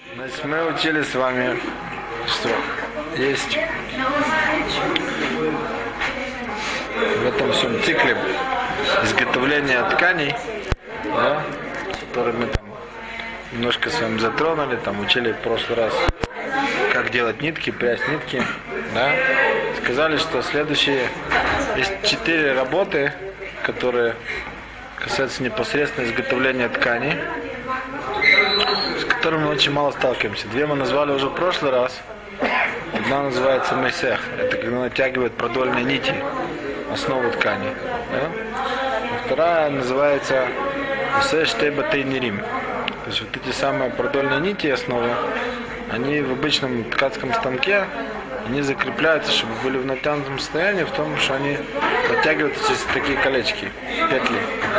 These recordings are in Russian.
Значит, мы учили с вами, что есть в этом всем цикле изготовления тканей, да, который мы там немножко с вами затронули, там учили в прошлый раз, как делать нитки, прясть нитки, да. Сказали, что следующие есть 4 работы, которые касаются непосредственно изготовления тканей, с которыми мы очень мало сталкиваемся. 2 мы назвали уже в прошлый раз. Одна называется мейсех. Это когда натягивают продольные нити, основу ткани. Да? Вторая называется мейсех тейнерим. То есть вот эти самые продольные нити основы, они в обычном ткацком станке, они закрепляются, чтобы были в натянутом состоянии, в том, что они натягиваются через такие колечки, петли.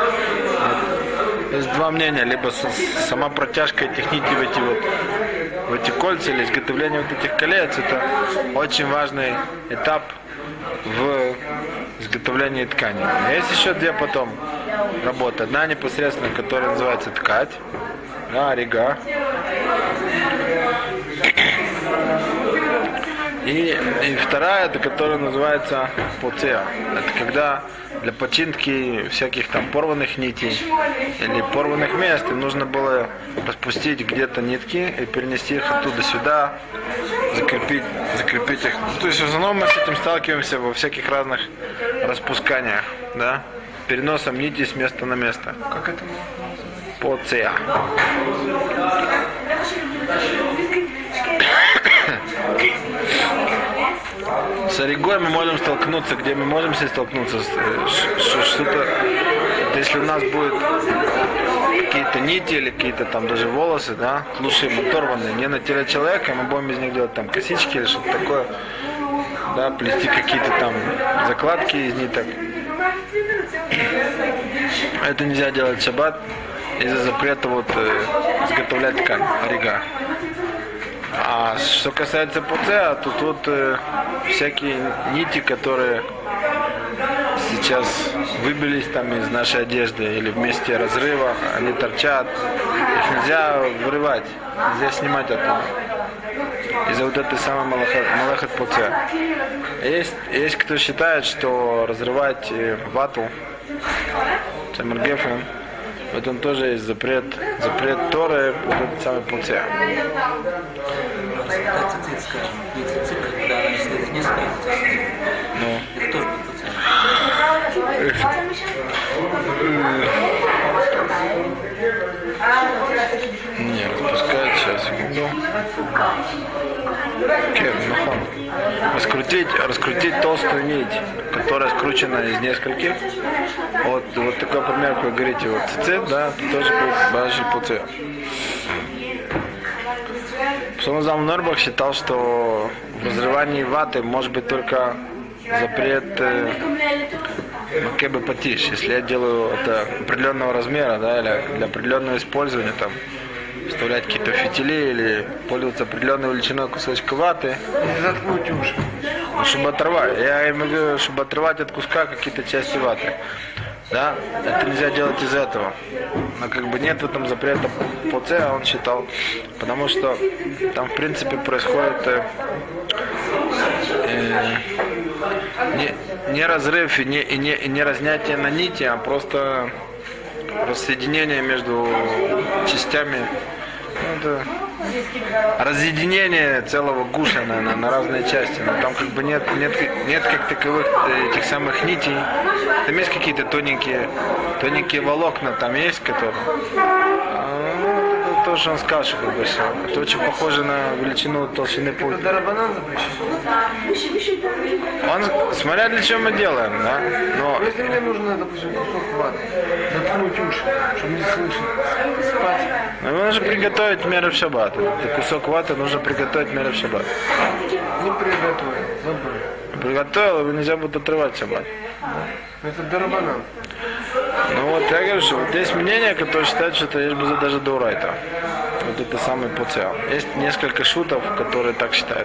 Есть 2 мнения, либо сама протяжка этих нитей в эти кольца, или изготовление вот этих колец, это очень важный этап в изготовлении ткани. А есть еще 2 потом работы. Одна непосредственно, которая называется ткать, да, рига. И вторая, это которая называется поцея. Это когда для починки всяких там порванных нитей или порванных мест им нужно было распустить где-то нитки и перенести их оттуда сюда, закрепить их. То есть в основном мы с этим сталкиваемся во всяких разных распусканиях, да, переносом нитей с места на место. Как это называется? Поцея. С оригой мы можем столкнуться, где мы можем с ней столкнуться, что-то, если у нас будет какие-то нити или какие-то там даже волосы, да, лучше им оторванные, не на теле человека, мы будем из них делать там косички или что-то такое, да, плести какие-то там закладки из ниток. Это нельзя делать в шаббат из-за запрета изготовлять ткань, орига. А что касается пуцеа, то тут всякие нити, которые сейчас выбились там из нашей одежды или в месте разрыва, они торчат, их нельзя вырывать, нельзя снимать оттуда. Из-за вот этой самой малахат пуцеа. Есть кто считает, что разрывать вату, цемергефен, в этом тоже есть запрет Торы, вот этот самый пуцеа. Когда она стоит несколько, это тоже не, распускать, сейчас, секунду. Раскрутить толстую нить, которая скручена из нескольких. Вот такой пример, как вы говорите, вот цицит, да, это тоже будет большой пуцеа. Псалмазам Норбах считал, что в разрывании ваты может быть только запрет макебе патиш, если я делаю это определенного размера, да, или для определенного использования, там, вставлять какие-то фитили или пользоваться определенной величиной кусочка ваты. заткнуть уши. Чтобы оторвать. Я имею в виду, чтобы отрывать от куска какие-то части ваты. Да, это нельзя делать из этого. Но как бы нет в этом запрета поцеа, он считал, потому что там в принципе происходит не разрыв и не разнятие на нити, а просто рассоединение между частями. Это разъединение целого гуша на разные части, но там как бы нет как таковых этих самых нитей. Там есть какие-то тоненькие волокна, там есть, которые. То, что он сказал, что как бы все. Это очень похоже на величину толщины пульта. Это дарабанан запрещен. Он, смотря для чего мы делаем, да. Но если мне нужно, допустим, кусок ваты, заткнуть уши, чтобы не слышать, спать. Ну, нужно приготовить меру в шаббат. Это кусок ваты нужно приготовить меру в шаббат. Не приготовил, забыл. Приготовил, его нельзя будет отрывать в шаббат. Это дарабанан. Ну вот я говорю, что вот есть мнение, которое считает, что это есть даже до урайта. Вот это самый пуцеа. Есть несколько шутов, которые так считают.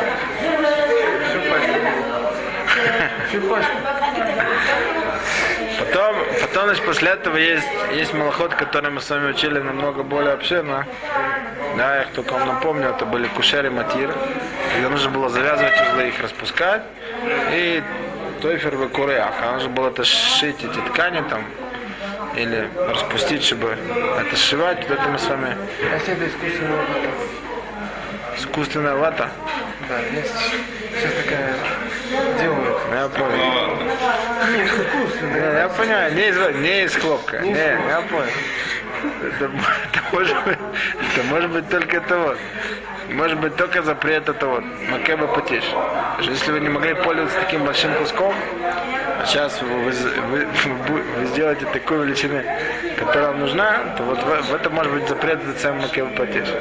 Все пачка. Потом, значит, после этого есть малахот, который мы с вами учили намного более обширно. Да, я их только вам напомню, это были кушер и матир, когда нужно было завязывать узлы, их распускать, и тойфер в куреах, а нужно было это сшить эти ткани там, или распустить, чтобы это сшивать, вот это мы с вами... А если это искусственная вата? Искусственная вата? Да, есть сейчас такая делают. Я понял. Не, искусственная. Я понимаю, не из хлопка. Не, я понял. Это может быть только это вот. Может быть только запрет это вот. Макеба потише. Если вы не могли пользоваться таким большим куском, а сейчас вы сделаете такой величины, которая вам нужна, то вот в этом может быть запрет этот самый макеба потише.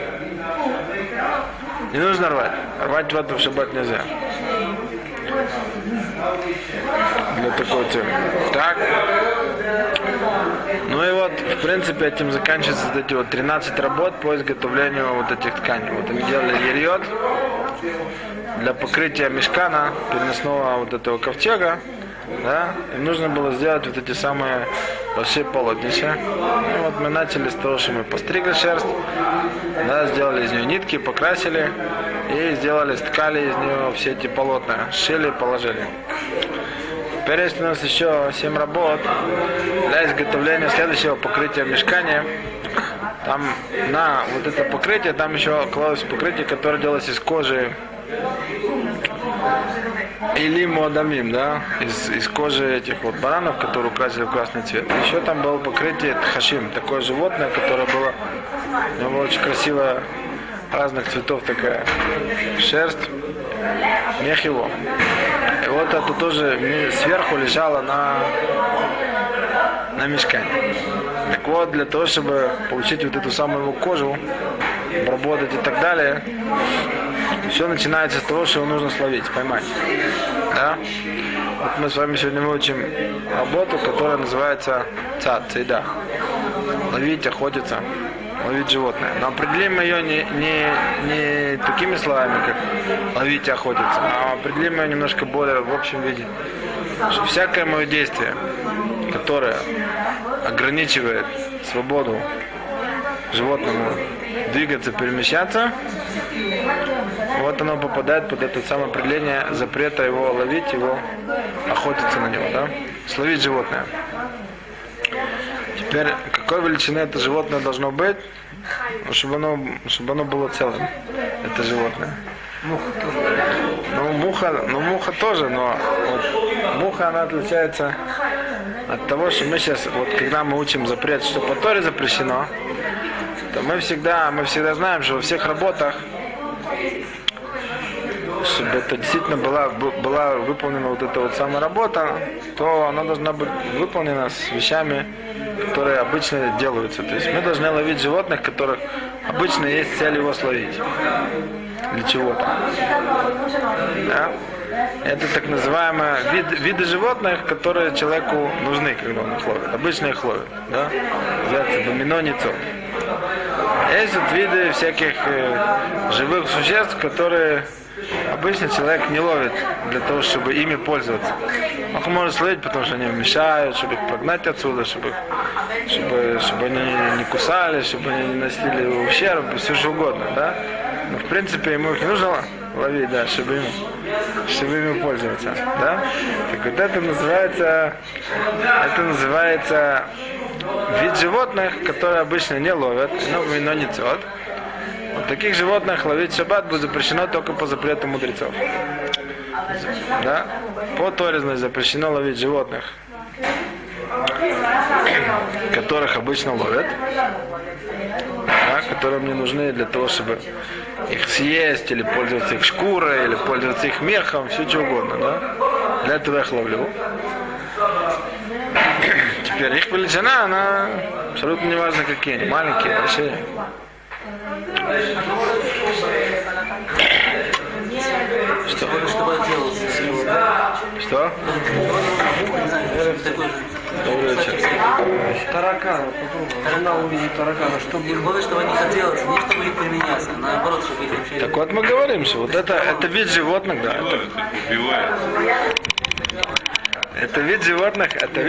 Не нужно рвать. Рвать вату в шаббат нельзя. Для такой темы. Так. Ну и вот, в принципе, этим заканчиваются вот эти вот 13 работ по изготовлению вот этих тканей. Вот они делали ериот для покрытия мишкана, переносного вот этого ковчега. Да? Им нужно было сделать вот эти самые большие полотнища. И вот мы начали с того, что мы постригли шерсть, да, сделали из нее нитки, покрасили и сделали, сткали из нее все эти полотна, сшили и положили. Теперь есть у нас еще 7 работ для изготовления следующего покрытия мишкания. Там на вот это покрытие, там еще клалось покрытие, которое делалось из кожи или модамим, да, из кожи этих вот баранов, которые украсили в красный цвет. Еще там было покрытие тхашим, такое животное, которое было, у него была очень красивая, разных цветов такая шерсть, мех его. И вот это тоже сверху лежало на мишкане. Так вот, для того, чтобы получить вот эту самую его кожу, обработать и так далее, все начинается с того, что его нужно словить, поймать. Да? Вот мы с вами сегодня выучим работу, которая называется цад, цейда. Ловить, охотиться, ловить животное. Но определим ее не такими словами, как ловить и охотиться, а определим ее немножко более в общем виде. Что всякое мое действие, которое ограничивает свободу животному двигаться, перемещаться, вот оно попадает под это самое определение запрета его ловить, его охотиться на него, да? Словить животное. Теперь, какой величины это животное должно быть, чтобы оно было целым, это животное. Муха тоже, но вот муха, она отличается от того, что мы сейчас, вот когда мы учим запрет, что по Торе запрещено, то мы всегда знаем, что во всех работах, чтобы это действительно была выполнена вот эта вот самая работа, то она должна быть выполнена с вещами, которые обычно делаются. То есть мы должны ловить животных, которых обычно есть цель его словить. Для чего-то. Да? Это так называемые виды животных, которые человеку нужны, когда он их ловит. Обычно их ловят. Да? Называется доминоницо. Есть вот виды всяких живых существ, которые обычно человек не ловит для того, чтобы ими пользоваться. Он может словить, потому что они мешают, чтобы их прогнать отсюда, чтобы они не кусали, чтобы они не носили ущерб, все что угодно, да? Но в принципе ему их не нужно ловить, да, чтобы ими пользоваться, да? Так вот это называется вид животных, которые обычно не ловят, но не цвет. Вот таких животных ловить в шаббат будет запрещено только по запрету мудрецов. Да? По Торе, значит, запрещено ловить животных, которых обычно ловят, да, которые мне нужны для того, чтобы их съесть, или пользоваться их шкурой, или пользоваться их мехом, все что угодно. Да? Для этого я их ловлю. Теперь их величина, она абсолютно не важно какие они, маленькие, большие. Что? Что? Добрый вечер. Таракана, попробуй. Жена увидит таракана, чтобы... Их ловят, чтобы они хотелось, не чтобы их применяться, а наоборот, чтобы их вообще... Так вот мы говорим, что вот это вид животных, да. Это вид животных,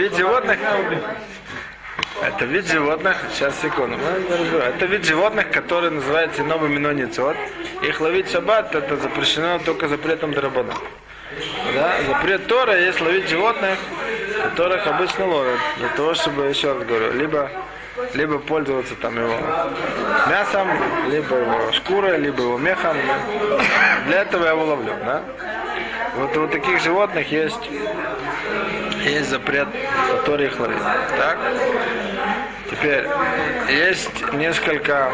сейчас секунду, это вид животных, который называется новый миноницот. Их ловить в шаббат, это запрещено только запретом драбана. Да? Запрет Тора есть ловить животных, которых обычно ловят, для того, чтобы, еще раз говорю, либо пользоваться там его мясом, либо его шкурой, либо его мехом. Для этого я его ловлю. Да? Вот у таких животных есть запрет, который их ловит. Так? Теперь есть несколько,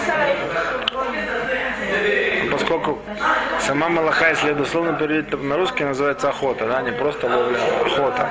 поскольку сама малаха, если дословно переводить на русский, называется охота, да, не просто ловля, а охота.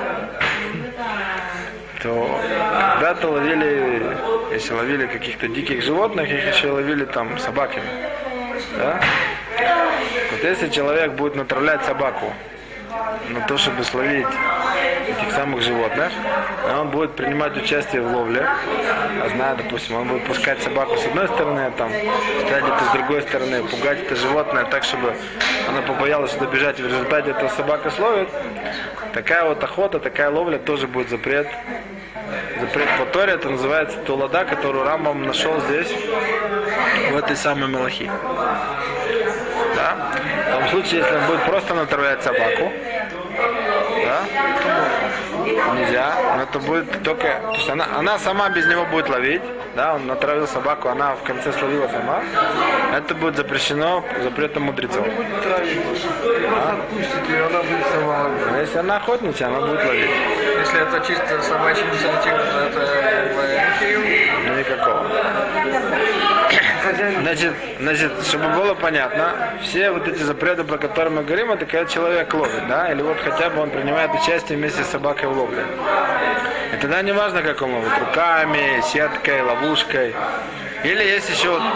То когда-то ловили, если ловили каких-то диких животных, их еще ловили там собаками. Да? Вот если человек будет натравлять собаку на то, чтобы словить этих самых животных, он будет принимать участие в ловле, а зная, допустим, он будет пускать собаку с одной стороны, там, стоять где-то с другой стороны, пугать это животное так, чтобы она побоялась сюда бежать, и в результате эта собака словит. Такая вот охота, такая ловля тоже будет запрет. Запрет по Торе, это называется тулада, которую Рамбам нашел здесь, в этой самой мелахи. Да? В том случае, если он будет просто натравлять собаку, да? Нельзя, но это будет только, то есть она сама без него будет ловить, да, он натравил собаку, она в конце словила сама, это будет запрещено запретом мудрецов. Отпустит ее, она будет сама ловить. Но если она охотница, она будет ловить. Если это чисто собачий инициатива, то это Ну никакого. Значит, чтобы было понятно, все вот эти запреты, про которые мы говорим, это когда человек ловит, да, или вот хотя бы он принимает участие вместе с собакой в ловле. И тогда не важно, как он ловит, руками, сеткой, ловушкой. Или есть еще вот...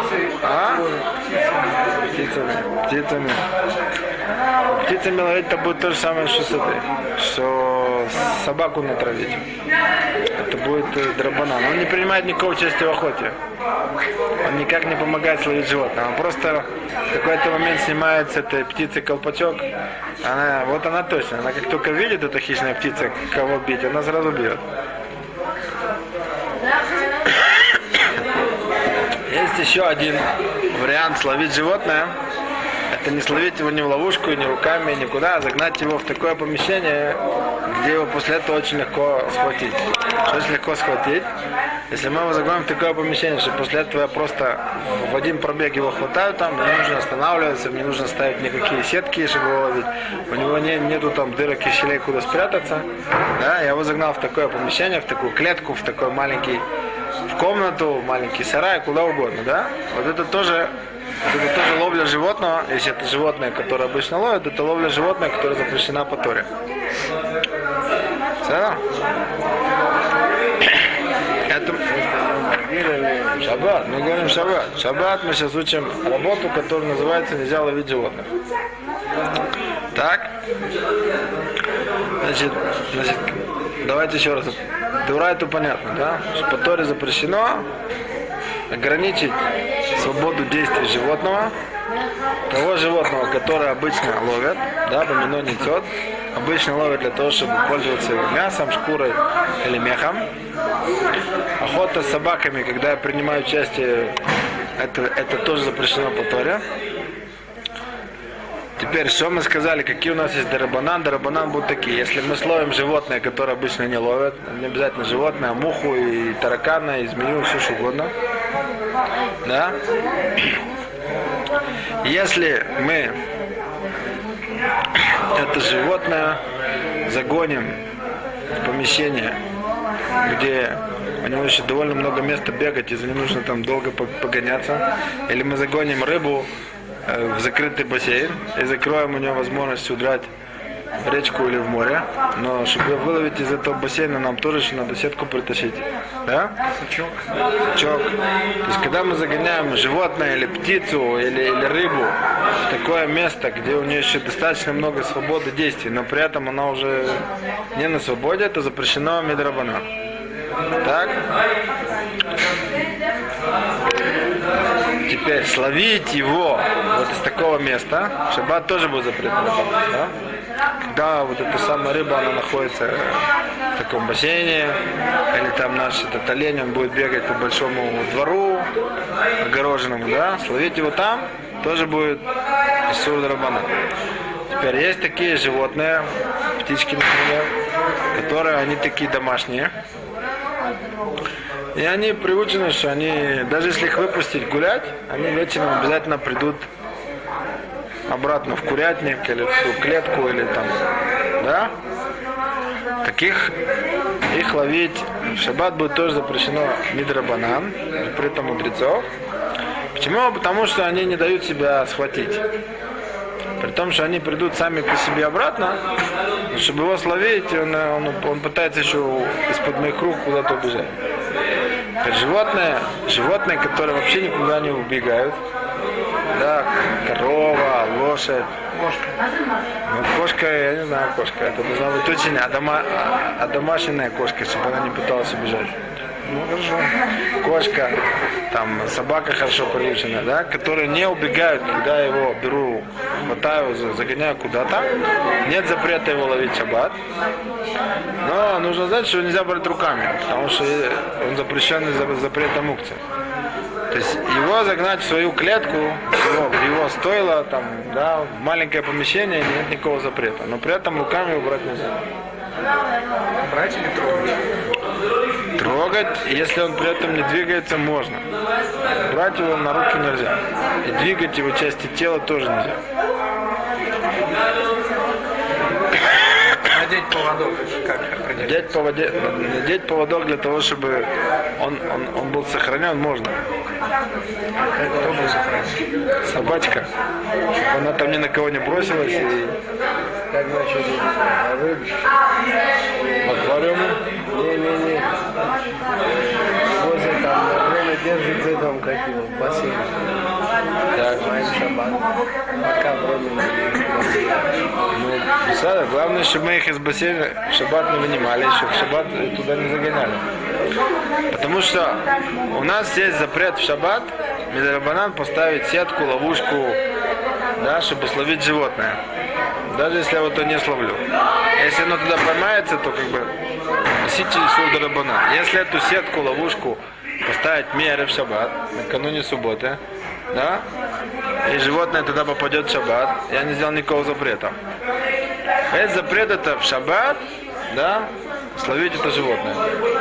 Птицами. Птицами ловить это будет то же самое, что с этой, что собаку натравить. Это будет драбанан. Он не принимает никакого участия в охоте. Он никак не помогает словить животное. Он просто в какой-то момент снимает с этой птицы колпачок. Она точно. Она как только видит эту хищную птицу, кого бить, она сразу бьет. Есть еще один вариант словить животное. Это не словить его ни в ловушку, ни руками, никуда, а загнать его в такое помещение, где его после этого очень легко схватить. Что очень легко схватить? Если мы его загоним в такое помещение, что после этого я просто в один пробег его хватаю, там мне нужно останавливаться, мне нужно ставить никакие сетки, чтобы его ловить. У него нету там дырок и щелей, куда спрятаться. Да? Я его загнал в такое помещение, в такую клетку, в такой маленький, в комнату, в маленький сарай, куда угодно. Да? Вот это тоже ловля животного, если это животное, которое обычно ловят, это ловля животного, которое запрещена по Торе. Все? Это шаббат, мы говорим шаббат. Шаббат мы сейчас учим работу, которая называется «Нельзя ловить животных». Так? Значит, давайте еще раз. Тура это понятно, да? Что по Торе запрещено ограничить свободу действий животного, того животного, которое обычно ловят, да, бамино ницот, обычно ловят для того, чтобы пользоваться мясом, шкурой или мехом. Охота с собаками, когда я принимаю участие, это тоже запрещено по Торе. Теперь, что мы сказали, какие у нас есть дарабанан? Дарабанан будут такие. Если мы словим животное, которое обычно не ловят, не обязательно животное, а муху и таракана, и змею, все что угодно. Да? Если мы это животное загоним в помещение, где у него еще довольно много места бегать, и за ним нужно там долго погоняться, или мы загоним рыбу в закрытый бассейн и закроем у него возможность удрать в речку или в море, но чтобы выловить из этого бассейна, нам тоже еще надо сетку притащить. Да? Сачок. То есть, когда мы загоняем животное или птицу или рыбу в такое место, где у нее еще достаточно много свободы действий, но при этом она уже не на свободе, это запрещено мидрабанан. Так? Теперь словить его вот из такого места, шаббат тоже будет запрещен. Да? когда вот эта самая рыба, она находится в таком бассейне, или там наш этот олень, он будет бегать по большому двору, огороженному, да, словить его там, тоже будет исур драбана. Теперь есть такие животные, птички, например, которые, они такие домашние. И они приучены, что они, даже если их выпустить гулять, они вечером обязательно придут обратно в курятник или в свою клетку, или там, да? Таких, их ловить в шаббат будет тоже запрещено мидрабанан, при этом мудрецов. Почему? Потому что они не дают себя схватить. При том, что они придут сами по себе обратно, чтобы его словить, он пытается еще из-под моих рук куда-то убежать. Животные, которые вообще никуда не убегают, да, корова, лошадь, кошка. Ну, кошка, я не знаю, кошка. Это должна быть очень одомашенная кошка, чтобы она не пыталась убежать. Ну, хорошо. Кошка, там, собака хорошо приучена, да, которые не убегают, когда я его беру, хватаю, загоняю куда-то. Нет запрета его ловить в шаббат. Но нужно знать, что нельзя брать руками, потому что он запрещенный запретом мукции. То есть его загнать в свою клетку, в его стойло, там, да, в маленькое помещение, нет никакого запрета. Но при этом руками его брать нельзя. Брать или трогать? Трогать, если он при этом не двигается, можно. Брать его на руки нельзя. И двигать его части тела тоже нельзя. Надеть поводок, как определить? Надеть поводок для того, чтобы он был сохранен, можно. Кто был сохранен? Собачка. Чтобы она там ни на кого не бросилась. И... Как насчет рыб? В аквариуме? Не. Возле там, время держится там какие-то в бассейне. Так. Шаббат. Пока время. Ну, главное, чтобы мы их из бассейна в шаббат не вынимали, еще в шаббат туда не загоняли. Потому что у нас есть запрет в шаббат мидрабанан поставить сетку, ловушку, да, чтобы словить животное. Даже если я его то не словлю. Если оно туда поймается, то как бы носите исур драбанан. Если эту сетку, ловушку поставить меры в шаббат, накануне субботы, да, и животное тогда попадет в шаббат, я не сделал никакого запрета. Весь запрет это в шаббат, да, словить это животное.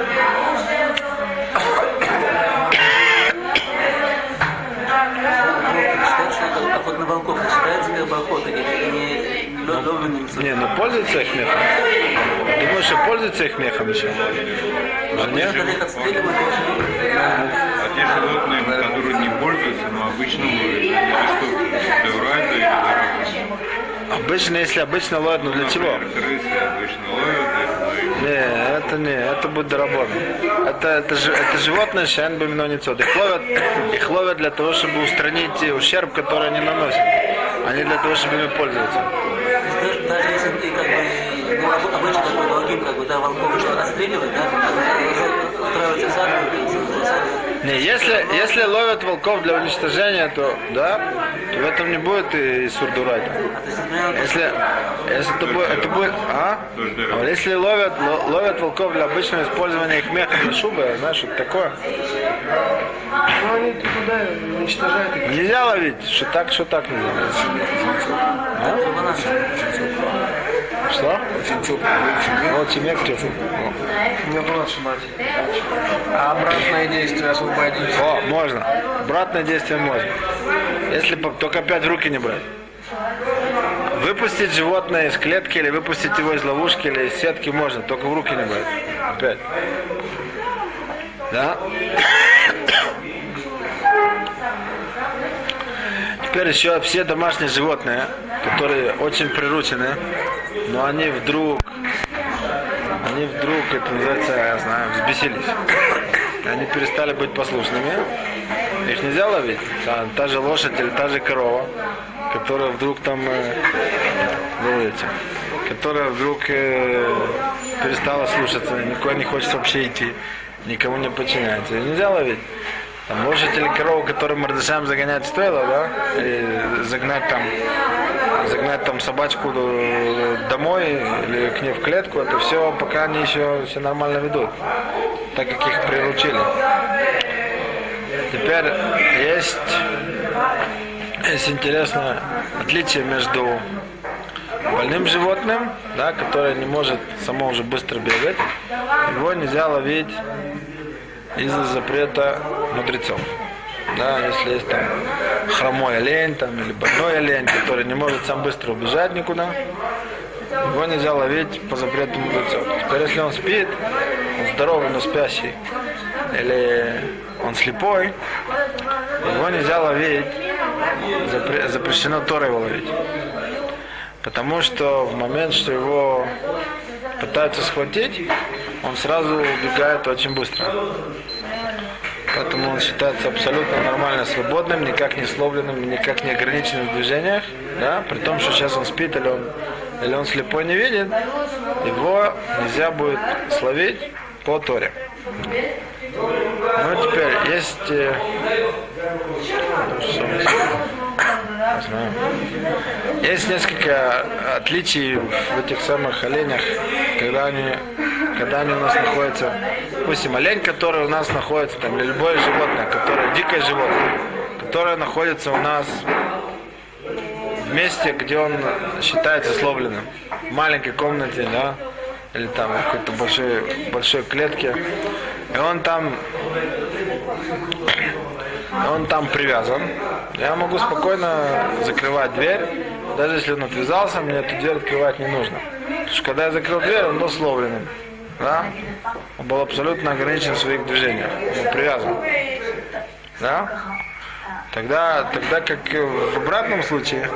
Считается, охота на волков считается как бы охота, или не ловленным? Не, ну пользуется их мехом. Думаешь, что пользуется их мехом еще? Нет? Их отстреливают, А те животные, которые не пользуются, но обычно ловят. Деврайта или дорога. Обычно, если обычно ловят, ну для чего? Крысы обычно ловят. Не, это будет дарабон. Это животное шен бимноницот. Их ловят для того, чтобы устранить ущерб, который они наносят, а не для того, чтобы ими пользоваться. даже если ты как бы, ну, обычно такой логин, как бы, да, волков что отстреливать, да, устраивается засада. Не, если ловят волков для уничтожения, то да, то в этом не будет и сурдурайта. Если это будет, а если ловят волков для обычного использования их меха для шубы, знаешь, что это такое? Ну они туда уничтожают их. Нельзя ловить, что так нельзя. Что? Волчий мех птицу. Не было шаббат. А обратное действие освободить? О, можно. Обратное действие можно. Если только опять в руки не брать. Выпустить животное из клетки или выпустить его из ловушки или из сетки можно, только в руки не брать. Опять. Да? Теперь еще все домашние животные, которые очень приручены, но они вдруг, это называется, я знаю, взбесились. Они перестали быть послушными. Их нельзя ловить. Та же лошадь или та же корова, которая вдруг там, которая вдруг перестала слушаться, никуда не хочет вообще идти, никому не подчиняется. Ее нельзя ловить. Там лошадь или корову, которую мордышам загонять стоило, да? И загнать там загнать там собачку домой или к ней в клетку, это все, пока они еще все нормально ведут, так как их приручили. Теперь есть интересное отличие между больным животным, да, которое не может само уже быстро бегать. Его нельзя ловить из-за запрета мудрецов. Да, если есть там хромой олень там, или больной олень, который не может сам быстро убежать никуда, его нельзя ловить по запрету мудрецов. Теперь если он спит, он здоровый, но спящий, или он слепой, его нельзя ловить, запрещено Торой его ловить. Потому что в момент, что его пытаются схватить, он сразу убегает очень быстро. Поэтому он считается абсолютно нормально свободным, никак не словленным, никак не ограниченным в движениях. Да? При том, что сейчас он спит или он слепой не видит, его нельзя будет словить по Торе. Ну теперь есть... Есть несколько отличий в этих самых оленях, когда они у нас находятся. Допустим, олень, который у нас находится, там, или любое животное, которое дикое животное, которое находится у нас в месте, где он считается словленным, в маленькой комнате, да, или там в какой-то большой клетке, и он там привязан. Я могу спокойно закрывать дверь, даже если он отвязался, мне эту дверь открывать не нужно. Потому что когда я закрыл дверь, он был словленным. Да? Он был абсолютно ограничен в своих движениях. Он был привязан. Да? Тогда как в обратном случае,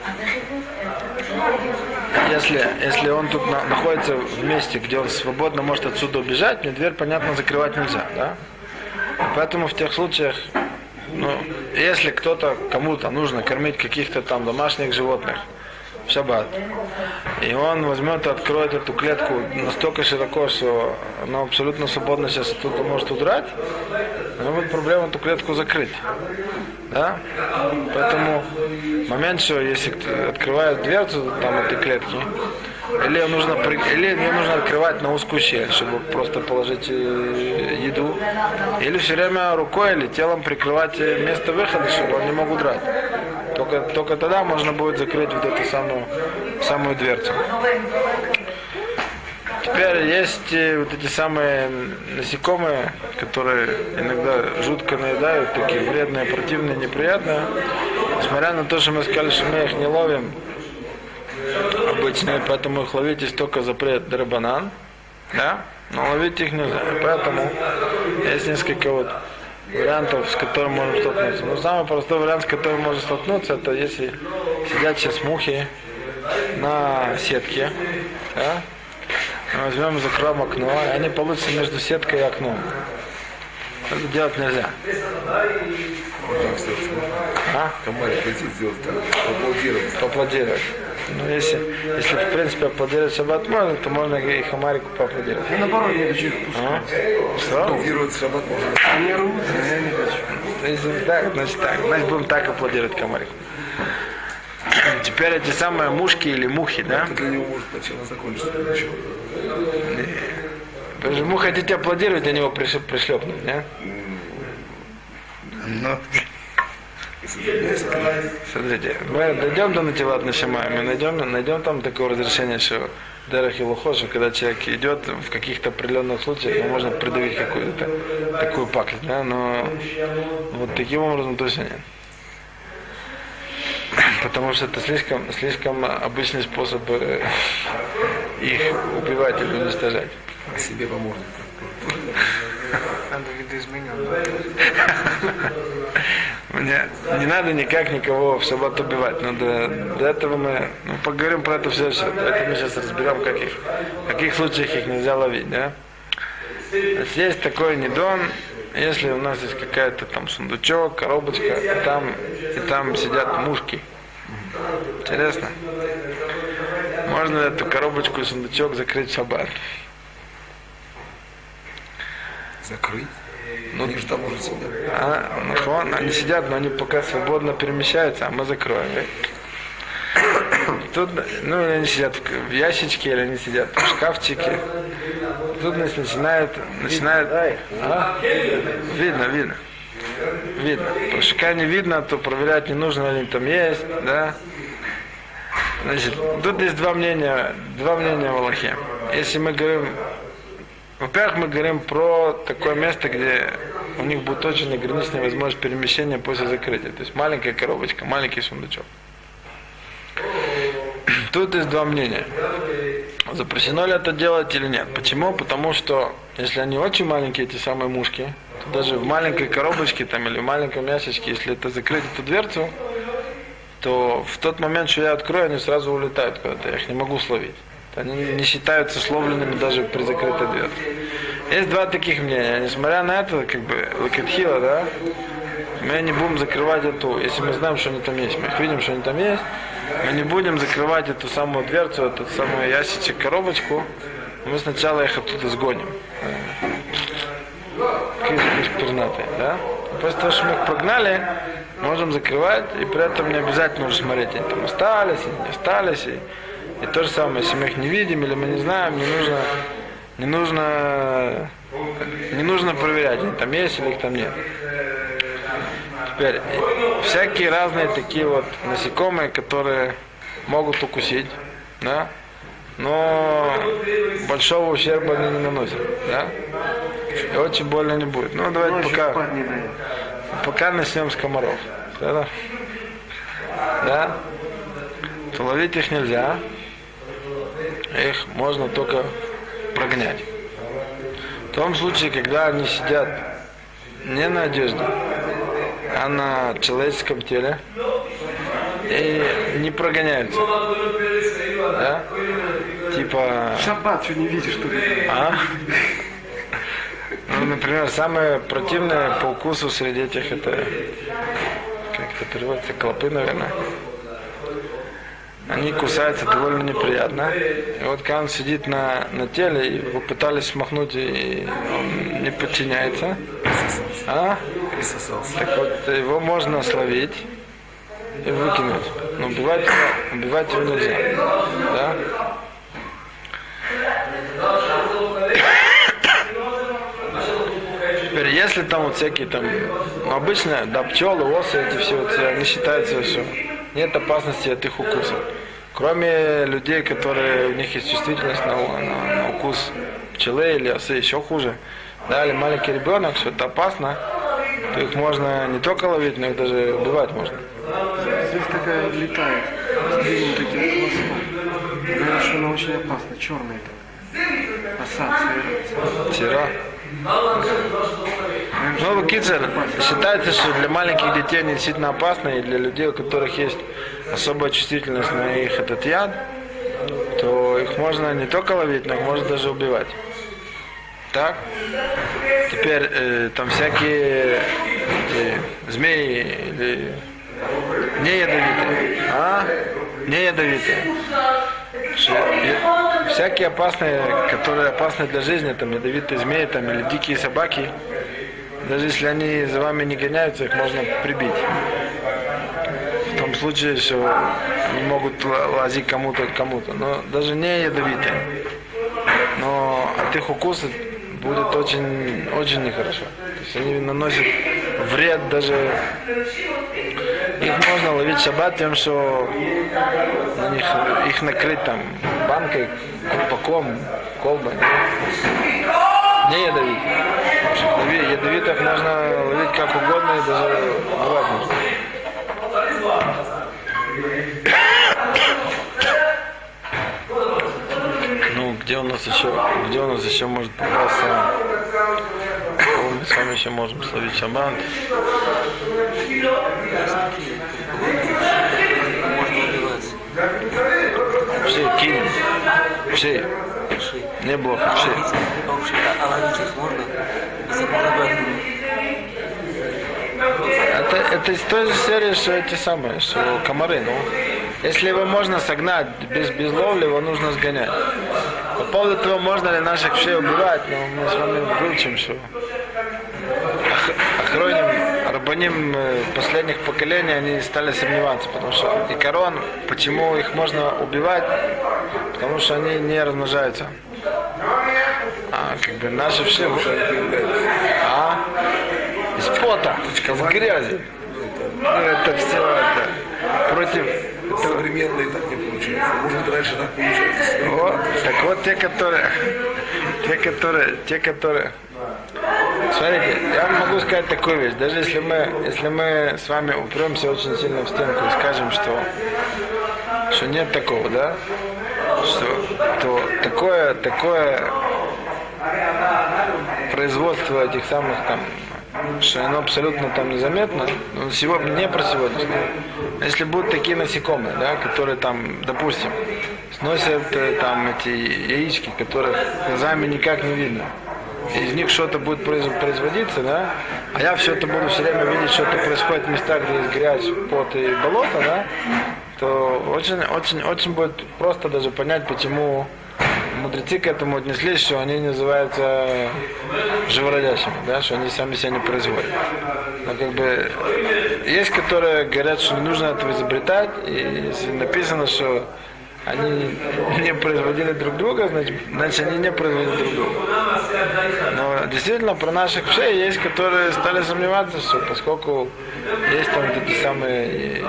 если он тут находится в месте, где он свободно может отсюда убежать, мне дверь, понятно, закрывать нельзя. Да? Поэтому в тех случаях, если кому-то нужно кормить каких-то там домашних животных в шаббат, и он возьмет и откроет эту клетку настолько широко, что она абсолютно свободно сейчас оттуда может удрать, у него будет проблема эту клетку закрыть. Да? Поэтому момент, что если открывают дверцу там этой клетки, или ее нужно открывать на узкую щель, чтобы просто положить еду, или все время рукой или телом прикрывать место выхода, чтобы он не мог удрать. Только тогда можно будет закрыть вот эту самую дверцу. Теперь есть вот эти самые насекомые, которые иногда жутко наедают, такие вредные, противные, неприятные. Несмотря на то, что мы сказали, что мы их не ловим обычно, поэтому их ловить есть только запрет драбанан, да? Но ловить их нельзя. Поэтому есть несколько вариантов, с которыми можно столкнуться. Но самый простой вариант, с которым можно столкнуться, это если сидят сейчас мухи на сетке, да? Мы возьмем и закроем окно, и они получатся между сеткой и окном. Это делать нельзя. Комарик хотит сделать так, поаплодировать. Ну, если в принципе аплодировать шаббат можно, то можно и хамарику поаплодировать. Я наоборот не хочу их пускать. Что? аплодировать шаббат можно. Они рвутся, а я не хочу. Если так, значит так. Значит будем так аплодировать комарику. Теперь эти самые мушки или мухи, да? Это для него может начало закончиться ничего. Вы же ему хотите аплодировать, а него пришлепнуть, да? Но... Смотрите, мы дойдем до Нативат Нашама, мы найдем там такое разрешение, что Дерах и Лухош, когда человек идет в каких-то определенных случаях, можно придавить какую-то такую пакость, да? Но вот таким образом точно нет. Потому что это слишком обычный способ их убивать или уничтожать. А себе поможет. Надо видоизменять. Мне не надо никак никого в шаббат убивать. Но до этого мы поговорим про это все. Это мы сейчас разберем, в каких случаях их нельзя ловить. Да? Значит, есть такой недон, если у нас есть какая-то там сундучок, коробочка, и там сидят мушки. Интересно? Можно эту коробочку и сундучок закрыть в шаббат? Закрыть? Они же там уже сидят. Они сидят, но они пока свободно перемещаются, а мы закроем. Тут, ну, или они сидят в ящичке, или они сидят в шкафчике. Тут начинает, а? Видно. Потому что когда не видно, то проверять не нужно, ли там есть, да. Значит, тут есть два мнения в Аллахе. Если мы говорим, во-первых, мы говорим про такое место, где у них будет очень ограниченная возможность перемещения после закрытия. То есть маленькая коробочка, маленький сундучок. Тут есть два мнения. Запрещено ли это делать или нет? Почему? Потому что если они очень маленькие, эти самые мушки, то даже в маленькой коробочке там, или в маленьком ящичке, если это закрыть эту дверцу, то в тот момент, что я открою, они сразу улетают куда-то, я их не могу словить. Они не считаются словленными даже при закрытой дверце. Есть два таких мнения. Несмотря на это, как бы, лакетхила, да, мы не будем закрывать эту, если мы знаем, что они там есть, мы их видим, что они там есть, мы не будем закрывать эту самую дверцу, этот самый ящичек, коробочку, мы сначала их оттуда сгоним. Пернатые, да? После того, что мы их прогнали, можем закрывать, и при этом не обязательно уже смотреть, они там остались, или не остались. И то же самое, если мы их не видим или мы не знаем, не нужно проверять, они там есть или их там нет. Теперь, всякие разные такие вот насекомые, которые могут укусить, да? Но большого ущерба они не наносят, да? И очень больно не будет. Ну, давайте пока начнем с комаров. Да? То ловить их нельзя. Их можно только прогнать. В том случае, когда они сидят не на одежде, а на человеческом теле и не прогоняются. Да? Типа... Шаббат, что не видишь, что ли? А? Ну, например, самое противное по укусу среди этих это, как это переводится, клопы, наверное. Они кусаются довольно неприятно. И вот когда он сидит на теле, и его пытались смахнуть, и он не подчиняется. А? Так вот, его можно словить и выкинуть. Но убивать его нельзя. Да? Теперь, если там вот всякие там, ну, обычно, да, пчелы, осы, эти все, вот, они считаются, что нет опасности от их укусов. Кроме людей, которые, у них есть чувствительность на укус пчелы или осы, еще хуже. Да, или маленький ребенок, что это опасно, то их можно не только ловить, но их даже убивать можно. Здесь такая летает с длинным таким хвостом. Говорят, что она очень опасна, черная такая. Оса, Тира. Ну, кицер, считается, что для маленьких детей они действительно опасны, и для людей, у которых есть особая чувствительность на их этот яд, то их можно не только ловить, но их можно даже убивать. Так? Теперь там всякие змеи или не ядовитые. Не ядовитые. Всякие опасные, которые опасны для жизни, там ядовитые змеи там, или дикие собаки, даже если они за вами не гоняются, их можно прибить. В том случае, что они могут лазить кому-то. Но даже не ядовитые. Но от их укуса будет очень, очень нехорошо. То есть они наносят вред даже. Их можно ловить в шаббат тем, что на них их накрыть там банкой, колпаком, колбой. Не ядовитых. Ядовитых можно ловить как угодно и даже убивать можно. Ну, где у нас еще может попасться? Мы с вами еще можем словить шаббат. Можно убиваться. Все, кинем. Все. Не блок, все. А ловить их можно? Если подобрать. Это из той же серии, что эти самые, что комары. Ну, если его можно согнать без ловли, его нужно сгонять. По поводу того, можно ли наших вшей убивать, но мы с вами выучим, что охроним ним последних поколений они стали сомневаться, потому что икорон, почему их можно убивать, потому что они не размножаются. Как бы наши все... Из пота, из грязи. Ну, это все это против... Современные так не получается. Может, раньше так получалось. Вот, так вот те, которые... Смотрите, я вам могу сказать такую вещь. Даже если мы с вами упремся очень сильно в стенку и скажем, что нет такого, да? То такое производство этих самых там, что оно абсолютно там незаметно, но не про сегодняшнее. Если будут такие насекомые, да, которые там, допустим, сносят там эти яички, которых глазами никак не видно, из них что-то будет производиться, да, а я все это буду все время видеть, что это происходит в местах, где есть грязь, пот и болото, да, то очень будет просто даже понять, почему мудрецы к этому отнеслись, что они называются живородящими, да, что они сами себя не производят. Но как бы есть, которые говорят, что не нужно этого изобретать, и если написано, что они не производили друг друга, значит они не производят друг друга. Но действительно про наших вшей есть, которые стали сомневаться, что поскольку есть там вот эти самые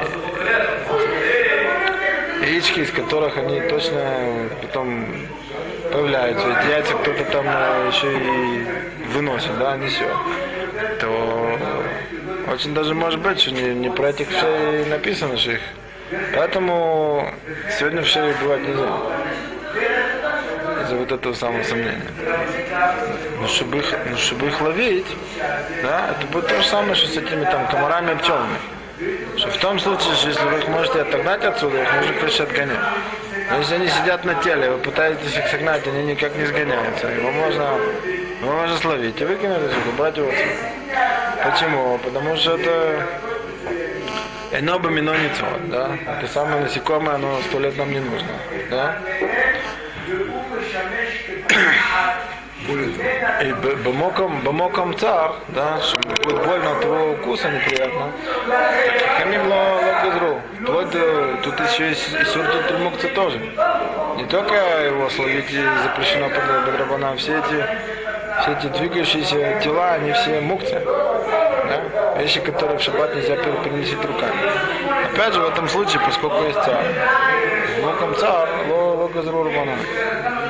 яички, из которых они точно потом появляются, эти яйца кто-то там еще и выносит, да, не все, то очень даже может быть, что не про этих вшей написано, что их. Поэтому сегодня вшей убивать нельзя. Из-за вот этого самого сомнения. Но чтобы их ловить, да, это будет то же самое, что с этими там комарами и пчелами. Что в том случае, что если вы их можете отогнать отсюда, их нужно, конечно, отгонять. Но если они сидят на теле, вы пытаетесь их согнать, они никак не сгоняются. Его можно словить и выкинуть отсюда, брать его отсюда. Почему? Потому что это эноба миноницо, да? Это самое насекомое, оно 100 лет нам не нужно, да? И бомоком цар, да, что будет больно от его укуса неприятно. Хамим логазру. Вплоть до, тут еще есть суртут тримукца тоже. Не только его словить запрещено под рабанам, все эти двигающиеся тела, они все мукцы. Да? Вещи, которые в шаббат нельзя переносить руками. Опять же, в этом случае, поскольку есть цар. Бомоком цар, логазру рабанам.